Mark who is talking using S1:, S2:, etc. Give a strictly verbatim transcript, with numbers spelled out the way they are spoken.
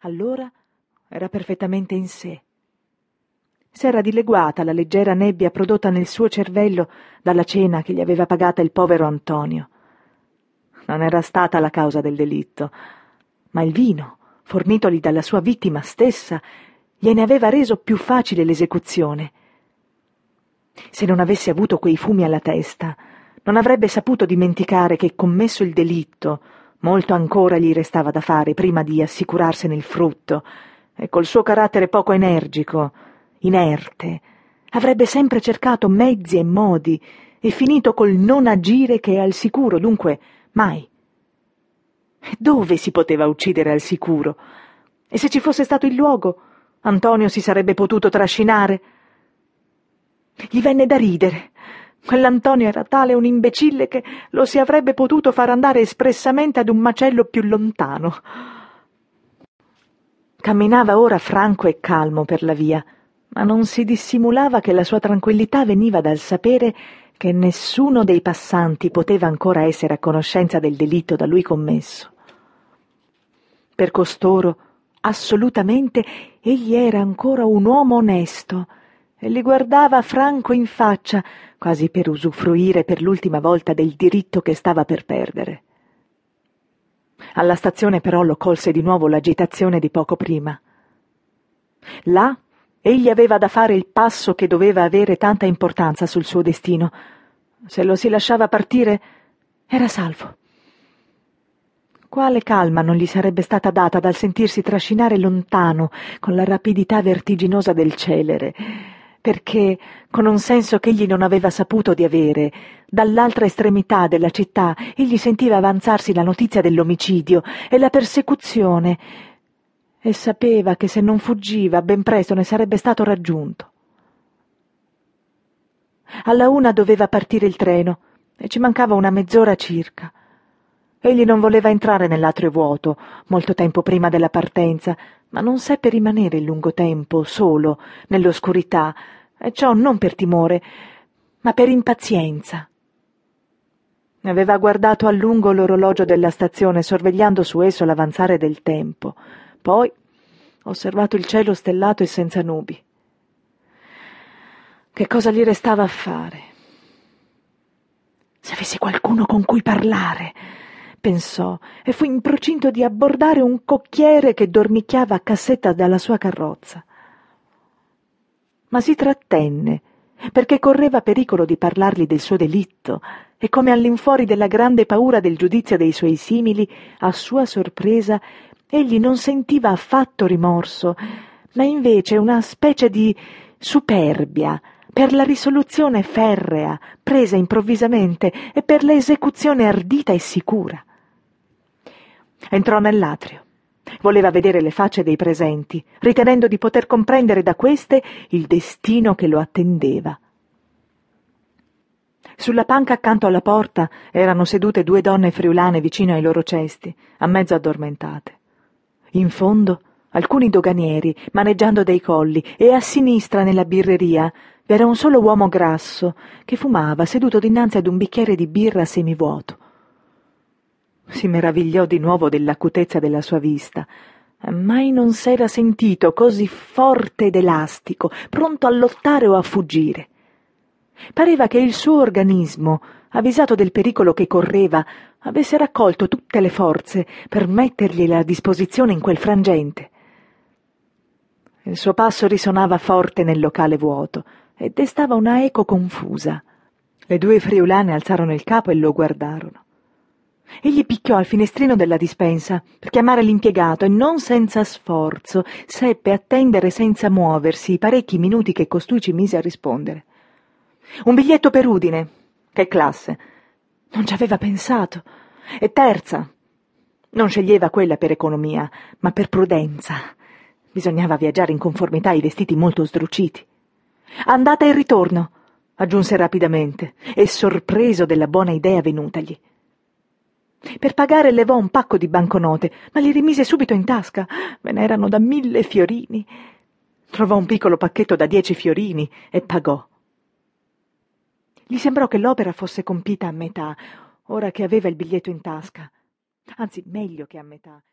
S1: Allora era perfettamente in sé. S'era dileguata la leggera nebbia prodotta nel suo cervello dalla cena che gli aveva pagata il povero Antonio. Non era stata la causa del delitto, ma il vino, fornitogli dalla sua vittima stessa, gliene aveva reso più facile l'esecuzione. Se non avesse avuto quei fumi alla testa, non avrebbe saputo dimenticare che, commesso il delitto, molto ancora gli restava da fare prima di assicurarsene il frutto, e col suo carattere poco energico, inerte, avrebbe sempre cercato mezzi e modi e finito col non agire che è al sicuro, dunque mai. Dove si poteva uccidere al sicuro? E se ci fosse stato il luogo, Antonio si sarebbe potuto trascinare? Gli venne da ridere. Quell'Antonio era tale un imbecille che lo si avrebbe potuto far andare espressamente ad un macello più lontano. Camminava ora franco e calmo per la via, ma non si dissimulava che la sua tranquillità veniva dal sapere che nessuno dei passanti poteva ancora essere a conoscenza del delitto da lui commesso. Per costoro, assolutamente, egli era ancora un uomo onesto e li guardava franco in faccia, quasi per usufruire per l'ultima volta del diritto che stava per perdere. Alla stazione però lo colse di nuovo l'agitazione di poco prima. Là egli aveva da fare il passo che doveva avere tanta importanza sul suo destino. Se lo si lasciava partire, era salvo. Quale calma non gli sarebbe stata data dal sentirsi trascinare lontano con la rapidità vertiginosa del celere, perché, con un senso che egli non aveva saputo di avere, dall'altra estremità della città egli sentiva avanzarsi la notizia dell'omicidio e la persecuzione, e sapeva che se non fuggiva ben presto ne sarebbe stato raggiunto. Alla una doveva partire il treno e ci mancava una mezz'ora circa. Egli non voleva entrare nell'atrio vuoto, molto tempo prima della partenza, ma non seppe rimanere in lungo tempo, solo, nell'oscurità, e ciò non per timore, ma per impazienza. Aveva guardato a lungo l'orologio della stazione, sorvegliando su esso l'avanzare del tempo. Poi osservato il cielo stellato e senza nubi. Che cosa gli restava a fare? Se avessi qualcuno con cui parlare, pensò, e fu in procinto di abbordare un cocchiere che dormicchiava a cassetta dalla sua carrozza. Ma si trattenne, perché correva pericolo di parlargli del suo delitto, e come all'infuori della grande paura del giudizio dei suoi simili, a sua sorpresa, egli non sentiva affatto rimorso, ma invece una specie di superbia per la risoluzione ferrea, presa improvvisamente, e per l'esecuzione ardita e sicura. Entrò nell'atrio. Voleva vedere le facce dei presenti, ritenendo di poter comprendere da queste il destino che lo attendeva. Sulla panca accanto alla porta erano sedute due donne friulane vicino ai loro cesti, a mezzo addormentate. In fondo alcuni doganieri, maneggiando dei colli, e a sinistra nella birreria v'era un solo uomo grasso che fumava seduto dinanzi ad un bicchiere di birra semivuoto. Si meravigliò di nuovo dell'acutezza della sua vista. Mai non s'era sentito così forte ed elastico, pronto a lottare o a fuggire. Pareva che il suo organismo, avvisato del pericolo che correva, avesse raccolto tutte le forze per mettergliele a disposizione in quel frangente. Il suo passo risonava forte nel locale vuoto e destava una eco confusa. Le due friulane alzarono il capo e lo guardarono. Egli picchiò al finestrino della dispensa per chiamare l'impiegato e non senza sforzo seppe attendere senza muoversi i parecchi minuti che costui ci mise a rispondere. Un biglietto per Udine. Che classe? Non ci aveva pensato. E terza. Non sceglieva quella per economia, ma per prudenza. Bisognava viaggiare in conformità ai vestiti molto sdruciti. Andata e ritorno, aggiunse rapidamente, e sorpreso della buona idea venutagli. Per pagare levò un pacco di banconote, ma li rimise subito in tasca. Ve n'erano da mille fiorini. Trovò un piccolo pacchetto da dieci fiorini e pagò. Gli sembrò che l'opera fosse compita a metà, ora che aveva il biglietto in tasca. Anzi, meglio che a metà.